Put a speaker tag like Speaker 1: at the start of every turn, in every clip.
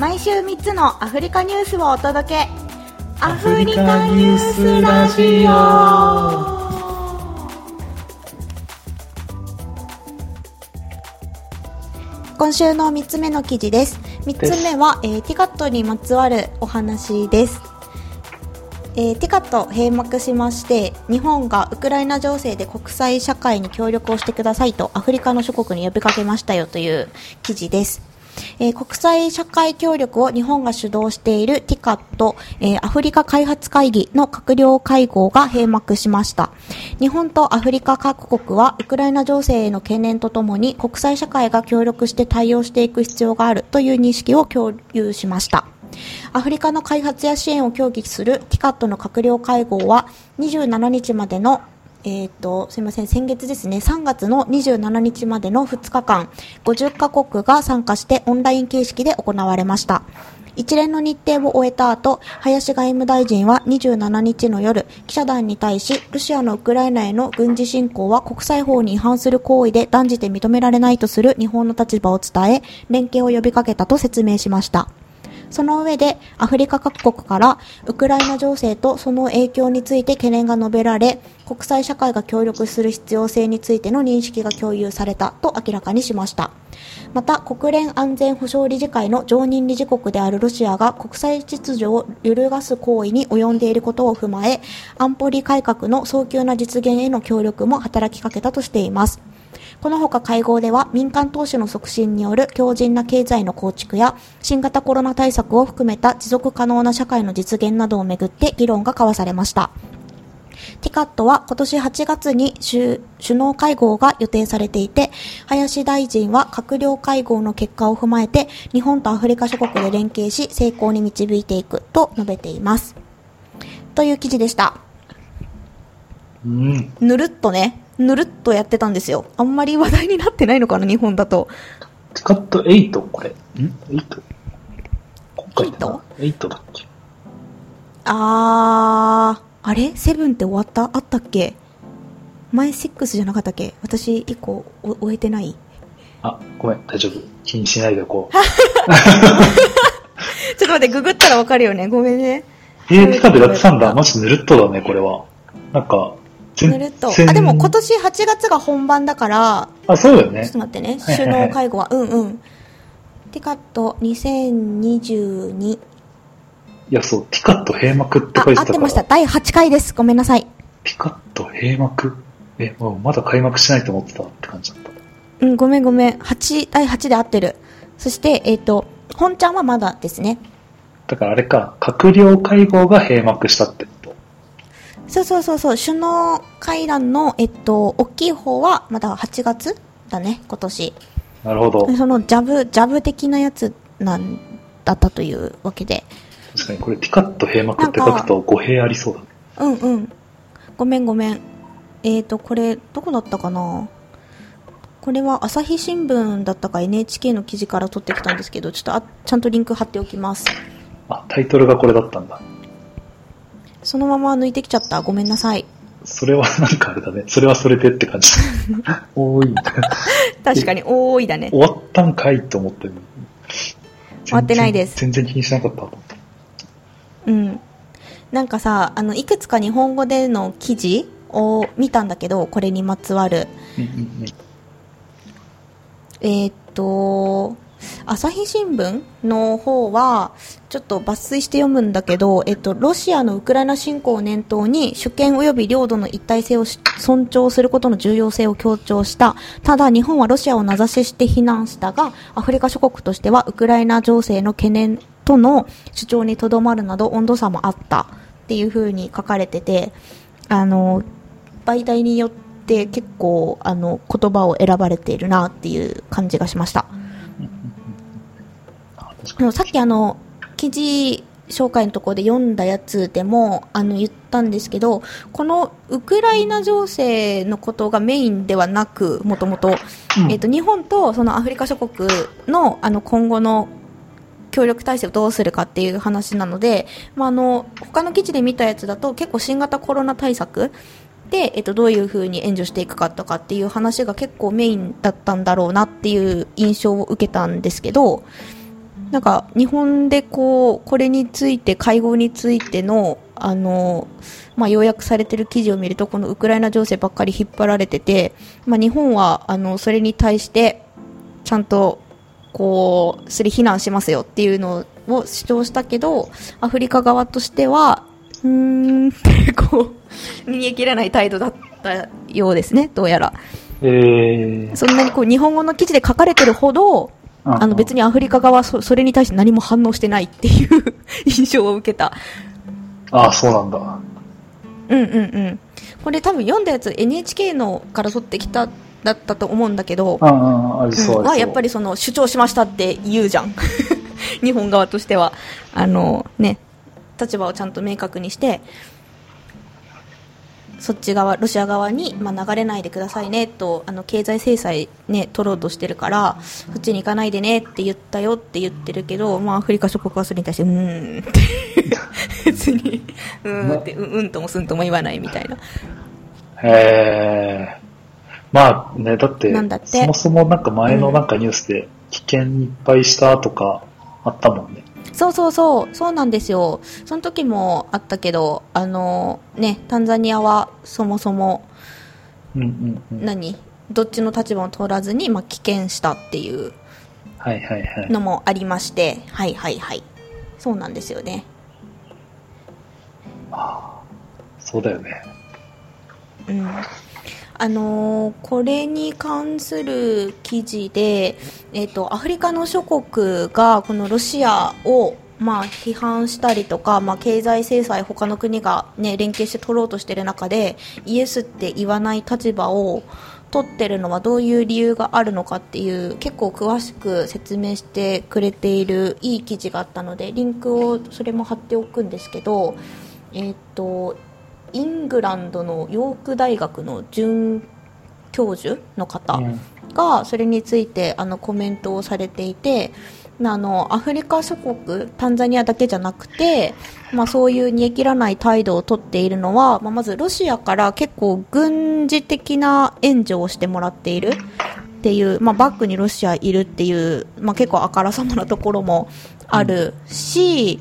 Speaker 1: 毎週3つのアフリカニュースをお届け、アフリカニュースラジオ。今週の3つ目の記事です。3つ目は、TICAD にまつわるお話です。TICAD 閉幕しまして、日本がウクライナ情勢で国際社会に協力をしてくださいとアフリカの諸国に呼びかけましたよという記事です。国際社会協力を日本が主導している TICAD、アフリカ開発会議の閣僚会合が閉幕しました。日本とアフリカ各国はウクライナ情勢への懸念とともに国際社会が協力して対応していく必要があるという認識を共有しました。アフリカの開発や支援を協議する TICAD の閣僚会合は27日までの先月ですね、3月の27日までの2日間、50カ国が参加してオンライン形式で行われました。一連の日程を終えた後、林外務大臣は27日の夜、記者団に対し、ロシアのウクライナへの軍事侵攻は国際法に違反する行為で断じて認められないとする日本の立場を伝え、連携を呼びかけたと説明しました。その上でアフリカ各国からウクライナ情勢とその影響について懸念が述べられ、国際社会が協力する必要性についての認識が共有されたと明らかにしました。また国連安全保障理事会の常任理事国であるロシアが国際秩序を揺るがす行為に及んでいることを踏まえ、安保理改革の早急な実現への協力も働きかけたとしています。このほか会合では民間投資の促進による強靭な経済の構築や新型コロナ対策を含めた持続可能な社会の実現などをめぐって議論が交わされました。TICAD は今年8月に首脳会合が予定されていて、林大臣は閣僚会合の結果を踏まえて日本とアフリカ諸国で連携し成功に導いていくと述べています。という記事でした。ぬるっとやってたんですよ。あんまり話題になってないのかな、日本だと。
Speaker 2: TICAD 8これ。8? 今回ってな 8 だっけ。
Speaker 1: あれ ?7 って終わった？あったっけ？前6じゃなかったっけ？私1個終えてない？
Speaker 2: あ、ごめん、大丈夫。気にしないでおこう。
Speaker 1: ちょっと待って、ググったらわかるよね。ごめんね。
Speaker 2: TICAD やってたんだ。マジぬるっとだね、これは。なんか、
Speaker 1: ぬるっと。でも今年8月が本番だから、
Speaker 2: そうだよね。
Speaker 1: ちょっと待ってね。首脳会合は、TICAD 2022。
Speaker 2: いや、そう、TICAD 閉幕って書いてたから。
Speaker 1: 合ってました。第8回です。ごめんなさい。
Speaker 2: TICAD 閉幕？もうまだ開幕しないと思ってたって感じだった。
Speaker 1: ごめん。第8で合ってる。そして、本ちゃんはまだですね。
Speaker 2: だからあれか、閣僚会合が閉幕したってこと。
Speaker 1: そう。首脳会談の、大きい方はまだ8月だね、今年。
Speaker 2: なるほど。
Speaker 1: そのジャブ的なやつだったというわけで。
Speaker 2: 確かにこれ TICAD 閉幕って書くと語弊ありそうだね。
Speaker 1: ごめん。これ、どこだったかな？これは朝日新聞だったか NHK の記事から取ってきたんですけど、ちょっとちゃんとリンク貼っておきます。
Speaker 2: タイトルがこれだったんだ。
Speaker 1: そのまま抜いてきちゃった。ごめんなさい。
Speaker 2: それはなんかあれだね。それはそれでって感じ。多い。
Speaker 1: 確かに多いだね。
Speaker 2: 終わったんかいと思ってる。
Speaker 1: 終わってないです。
Speaker 2: 全然気にしなかったと思った。
Speaker 1: なんかさ、いくつか日本語での記事を見たんだけど、これにまつわる。朝日新聞の方はちょっと抜粋して読むんだけど、ロシアのウクライナ侵攻を念頭に主権及び領土の一体性を尊重することの重要性を強調した。ただ日本はロシアを名指しして非難したが、アフリカ諸国としてはウクライナ情勢の懸念との主張にとどまるなど温度差もあったっていう風に書かれてて、媒体によって結構言葉を選ばれているなっていう感じがしました。さっき記事紹介のところで読んだやつでも言ったんですけど、このウクライナ情勢のことがメインではなく、もともと日本とそのアフリカ諸国の今後の協力体制をどうするかっていう話なので、他の記事で見たやつだと結構新型コロナ対策で、どういう風に援助していくかとかっていう話が結構メインだったんだろうなっていう印象を受けたんですけど、 なんか日本でこれについて、会合についてのまあ、要約されている記事を見ると、このウクライナ情勢ばっかり引っ張られてて、まあ、日本はそれに対してちゃんとそれ非難しますよっていうのを主張したけど、アフリカ側としてはって逃げ切らない態度だったようですね、どうやら。そんなに日本語の記事で書かれてるほど、別にアフリカ側はそれに対して何も反応してないっていう印象を受けた。
Speaker 2: ああ、そうなんだ。
Speaker 1: これ多分読んだやつ NHK のから取ってきただったと思うんだけど、
Speaker 2: ありそう、
Speaker 1: やっぱり主張しましたって言うじゃん日本側としては立場をちゃんと明確にして、そっち側、ロシア側に、流れないでくださいねと、経済制裁、取ろうとしてるからそっちに行かないでねって言ったよって言ってるけど、アフリカ諸国はそれに対してって別にってともすんとも言わないみたいな。
Speaker 2: まあね、だってそもそもなんか前のなんかニュースで危険いっぱいしたとかあったもんね。
Speaker 1: そうなんですよ。その時もあったけど、タンザニアはそもそも、どっちの立場を取らずに、棄権したっていうのもありまして、そうなんですよね。
Speaker 2: そうだよね。
Speaker 1: これに関する記事で、アフリカの諸国がこのロシアを批判したりとか、経済制裁他の国が、連携して取ろうとしている中でイエスって言わない立場を取ってるのはどういう理由があるのかっていう結構詳しく説明してくれているいい記事があったので、リンクをそれも貼っておくんですけど、イングランドのヨーク大学の准教授の方がそれについてコメントをされていて、アフリカ諸国、タンザニアだけじゃなくて、そういう煮え切らない態度をとっているのは、まずロシアから結構軍事的な援助をしてもらっているっていう、バックにロシアいるっていう、結構あからさまなところもあるし、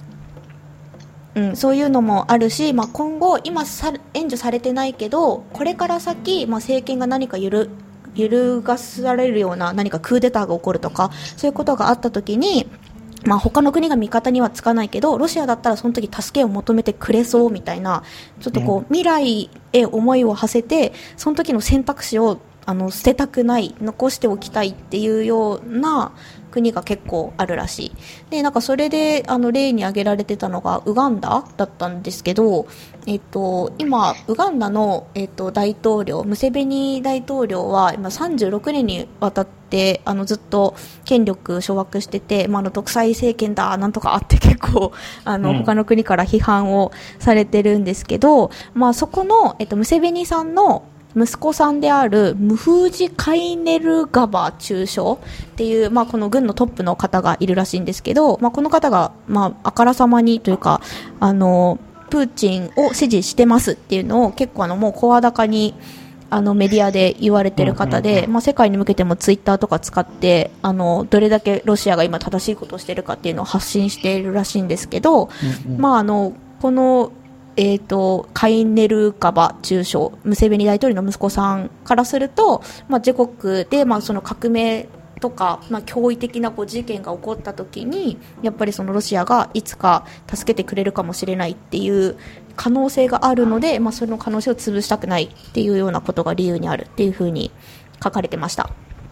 Speaker 1: そういうのもあるし、今後今援助されてないけど、これから先、政権が何か揺るがされるような何かクーデターが起こるとか、そういうことがあった時に、他の国が味方にはつかないけどロシアだったらその時助けを求めてくれそうみたいな、ちょっと未来へ思いを馳せて、その時の選択肢を捨てたくない、残しておきたいっていうような国が結構あるらしい。で、なんかそれで例に挙げられてたのがウガンダだったんですけど、今ウガンダの、大統領ムセベニ大統領は今36年にわたってずっと権力掌握してて、独裁政権だなんとかあって結構他の国から批判をされてるんですけど、そこの、ムセベニさんの息子さんであるムフージ・カイネルガバ中将っていう、この軍のトップの方がいるらしいんですけど、この方が、あからさまにというかプーチンを支持してますっていうのを結構もう声高にメディアで言われてる方で、世界に向けてもツイッターとか使ってどれだけロシアが今正しいことをしているかっていうのを発信しているらしいんですけど、このカイネルガバ中将、ムセベニ大統領の息子さんからすると、自国で、その革命とか、驚異的な事件が起こった時にやっぱりそのロシアがいつか助けてくれるかもしれないっていう可能性があるので、その可能性を潰したくないっていうようなことが理由にあるっていうふうに書かれてました。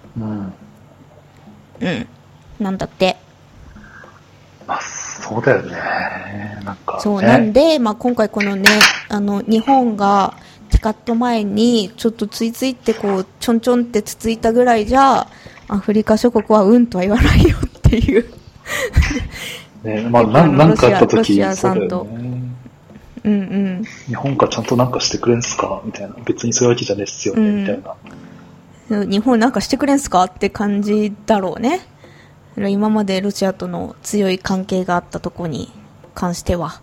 Speaker 1: なんだって。
Speaker 2: そうだよね。なんか、ね、
Speaker 1: そうなんで、今回このね、日本がティカット前にちょっとついついってちょんちょんってつついたぐらいじゃアフリカ諸国はうんとは言わないよっていう
Speaker 2: ね、なんかあった時、
Speaker 1: ロシアさんと、
Speaker 2: 日本がちゃんとなんかしてくれんすかみたいな、別にそういうわけじゃねえっすよね、みたい
Speaker 1: な。日本なんかしてくれんすかって感じだろうね。今までロシアとの強い関係があったところに関しては。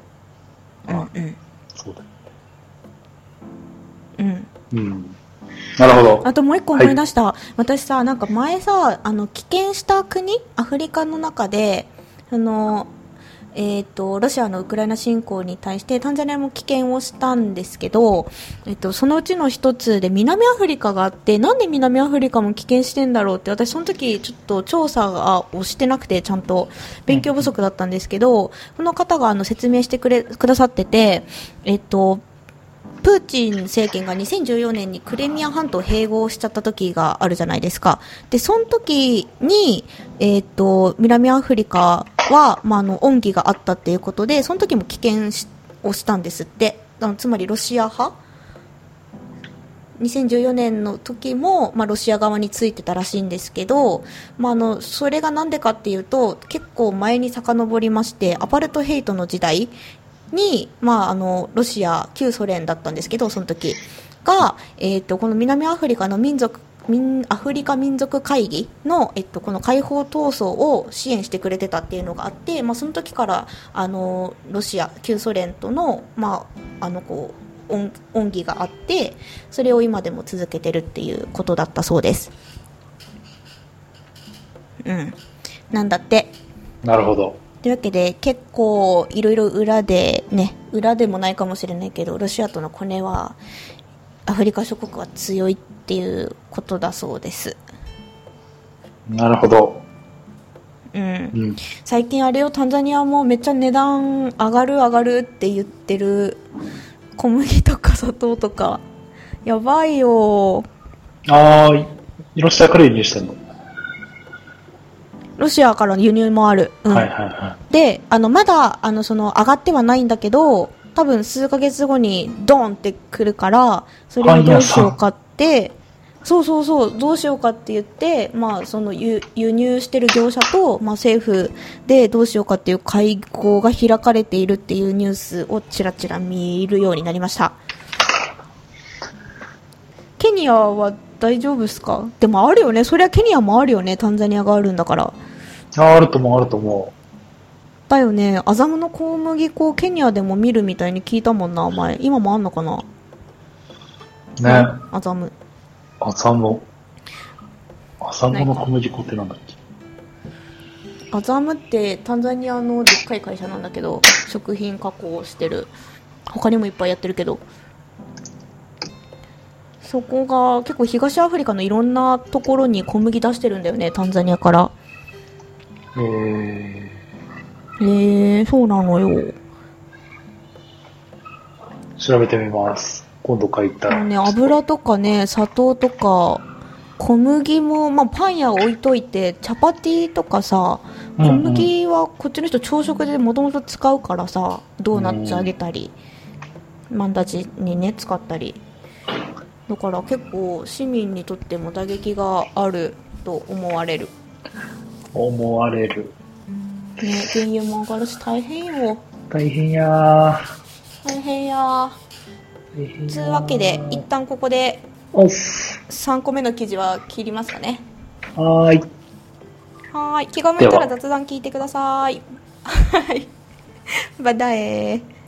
Speaker 2: そうだ。 なるほど。
Speaker 1: あともう一個思い出した。はい、私さ、なんか前さ、棄権した国、アフリカの中で、ロシアのウクライナ侵攻に対してタンザニアも棄権をしたんですけど、そのうちの一つで南アフリカがあって、なんで南アフリカも棄権してんだろうって、私その時ちょっと調査をしてなくて、ちゃんと勉強不足だったんですけど、この方が説明してくださってて、プーチン政権が2014年にクリミア半島を併合しちゃった時があるじゃないですか。で、その時に、南アフリカは、恩義があったっていうことで、その時も棄権をしたんですって。つまりロシア派2014年の時も、ロシア側についてたらしいんですけど、それがなんでかっていうと、結構前に遡りまして、アパルトヘイトの時代に、ロシア、旧ソ連だったんですけど、その時が、この南アフリカのアフリカ民族会議の、この解放闘争を支援してくれてたっていうのがあって、その時から、ロシア、旧ソ連との、恩義があって、それを今でも続けてるっていうことだったそうです。なんだって。
Speaker 2: なるほど。
Speaker 1: というわけで結構いろいろ裏でもないかもしれないけど、ロシアとのコネはアフリカ諸国は強いっていうことだそうです。
Speaker 2: なるほど。
Speaker 1: 最近あれよ、タンザニアもめっちゃ値段上がるって言ってる。小麦とか砂糖とかやばいよ。
Speaker 2: ロシアから輸入してんの？
Speaker 1: ロシアからの輸入もある。で、まだ、上がってはないんだけど、多分数ヶ月後にドーンって来るから、それをどうしようかって、どうしようかって言って、その輸入してる業者と、政府でどうしようかっていう会合が開かれているっていうニュースをちらちら見るようになりました。ケニアは大丈夫ですか？でもあるよね。そりゃケニアもあるよね。タンザニアがあるんだから。
Speaker 2: あると思う。
Speaker 1: だよね。アザムの小麦粉をケニアでも見るみたいに聞いたもんな、前。今もあんのかな
Speaker 2: ね。
Speaker 1: アザム
Speaker 2: の小麦粉ってなんだっけ？
Speaker 1: アザムってタンザニアのでっかい会社なんだけど、食品加工してる。他にもいっぱいやってるけど。そこが結構東アフリカのいろんなところに小麦出してるんだよね、タンザニアから。そうなのよ。
Speaker 2: 調べてみます。今度帰ったら。
Speaker 1: 油とかね、砂糖とか、小麦も、パン屋置いといて、チャパティとかさ、小麦はこっちの人朝食でもともと使うからさ、ドーナツあげたり、マンダジにね、使ったり。だから結構市民にとっても打撃があると思われる。ね、原油も上がるし大変よ。
Speaker 2: 大変や
Speaker 1: つうわけで一旦ここで3個目の記事は切りますかね。
Speaker 2: は
Speaker 1: ーい。気が向いたら雑談聞いてください。はい。バイバイ。